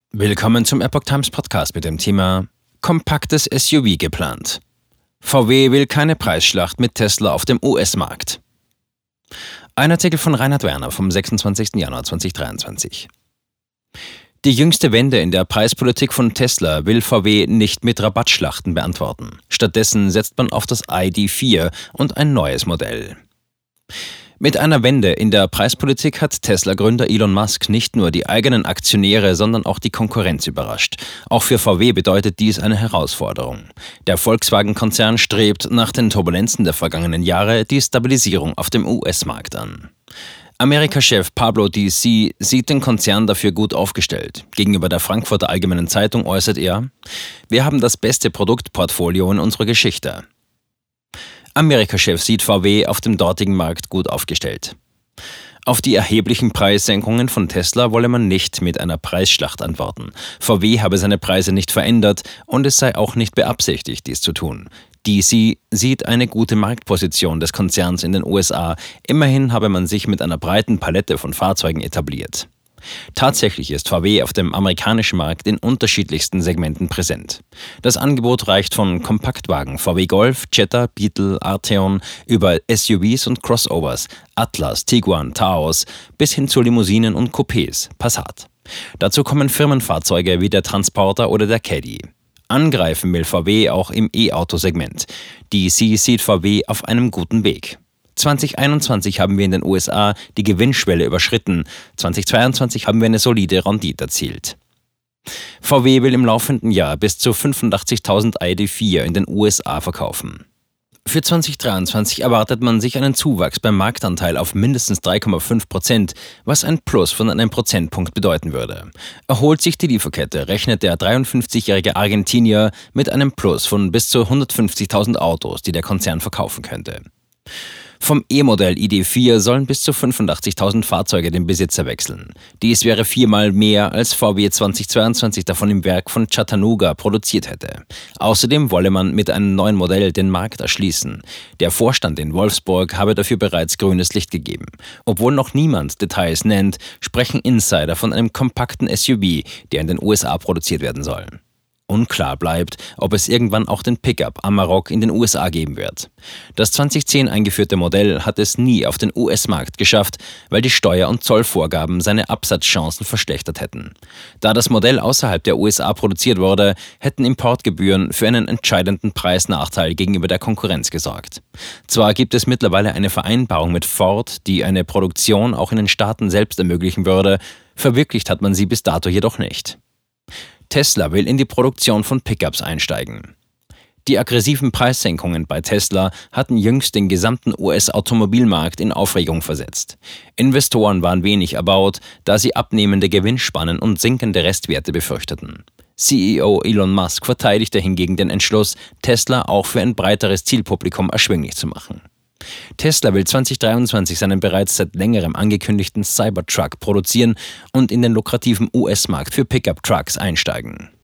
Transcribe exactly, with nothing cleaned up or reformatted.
Willkommen zum Epoch Times Podcast mit dem Thema Kompaktes S U V geplant. V W will keine Preisschlacht mit Tesla auf dem U S-Markt. Ein Artikel von Reinhard Werner vom sechsundzwanzigsten Januar zweitausenddreiundzwanzig. Die jüngste Wende in der Preispolitik von Tesla will V W nicht mit Rabattschlachten beantworten. Stattdessen setzt man auf das I D vier und ein neues Modell. Mit einer Wende in der Preispolitik hat Tesla-Gründer Elon Musk nicht nur die eigenen Aktionäre, sondern auch die Konkurrenz überrascht. Auch für V W bedeutet dies eine Herausforderung. Der Volkswagen-Konzern strebt nach den Turbulenzen der vergangenen Jahre die Stabilisierung auf dem U S-Markt an. Amerika-Chef Pablo D C sieht den Konzern dafür gut aufgestellt. Gegenüber der Frankfurter Allgemeinen Zeitung äußert er: Wir haben das beste Produktportfolio in unserer Geschichte. Amerika-Chef sieht V W auf dem dortigen Markt gut aufgestellt. Auf die erheblichen Preissenkungen von Tesla wolle man nicht mit einer Preisschlacht antworten. V W habe seine Preise nicht verändert und es sei auch nicht beabsichtigt, dies zu tun. D C sieht eine gute Marktposition des Konzerns in den U S A. Immerhin habe man sich mit einer breiten Palette von Fahrzeugen etabliert. Tatsächlich ist V W auf dem amerikanischen Markt in unterschiedlichsten Segmenten präsent. Das Angebot reicht von Kompaktwagen V W Golf, Jetta, Beetle, Arteon über S U Vs und Crossovers, Atlas, Tiguan, Taos bis hin zu Limousinen und Coupés, Passat. Dazu kommen Firmenfahrzeuge wie der Transporter oder der Caddy. Angreifen will V W auch im E-Auto-Segment. D C sieht V W auf einem guten Weg. zweitausendeinundzwanzig haben wir in den U S A die Gewinnschwelle überschritten. zweitausendzweiundzwanzig haben wir eine solide Rendite erzielt. V W will im laufenden Jahr bis zu fünfundachtzigtausend I D vier in den U S A verkaufen. Für zweitausenddreiundzwanzig erwartet man sich einen Zuwachs beim Marktanteil auf mindestens drei Komma fünf Prozent, was ein Plus von einem Prozentpunkt bedeuten würde. Erholt sich die Lieferkette, rechnet der dreiundfünfzigjährige Argentinier mit einem Plus von bis zu hundertfünfzigtausend Autos, die der Konzern verkaufen könnte. Vom E-Modell I D vier sollen bis zu fünfundachtzigtausend Fahrzeuge den Besitzer wechseln. Dies wäre viermal mehr, als V W zweitausendzweiundzwanzig davon im Werk von Chattanooga produziert hätte. Außerdem wolle man mit einem neuen Modell den Markt erschließen. Der Vorstand in Wolfsburg habe dafür bereits grünes Licht gegeben. Obwohl noch niemand Details nennt, sprechen Insider von einem kompakten S U V, der in den U S A produziert werden soll. Unklar bleibt, ob es irgendwann auch den Pickup Amarok in den U S A geben wird. Das zweitausendzehn eingeführte Modell hat es nie auf den U S-Markt geschafft, weil die Steuer- und Zollvorgaben seine Absatzchancen verschlechtert hätten. Da das Modell außerhalb der U S A produziert wurde, hätten Importgebühren für einen entscheidenden Preisnachteil gegenüber der Konkurrenz gesorgt. Zwar gibt es mittlerweile eine Vereinbarung mit Ford, die eine Produktion auch in den Staaten selbst ermöglichen würde, verwirklicht hat man sie bis dato jedoch nicht. Tesla will in die Produktion von Pickups einsteigen. Die aggressiven Preissenkungen bei Tesla hatten jüngst den gesamten U S-Automobilmarkt in Aufregung versetzt. Investoren waren wenig erbaut, da sie abnehmende Gewinnspannen und sinkende Restwerte befürchteten. C E O Elon Musk verteidigte hingegen den Entschluss, Tesla auch für ein breiteres Zielpublikum erschwinglich zu machen. Tesla will zweitausenddreiundzwanzig seinen bereits seit längerem angekündigten Cybertruck produzieren und in den lukrativen U S-Markt für Pickup-Trucks einsteigen.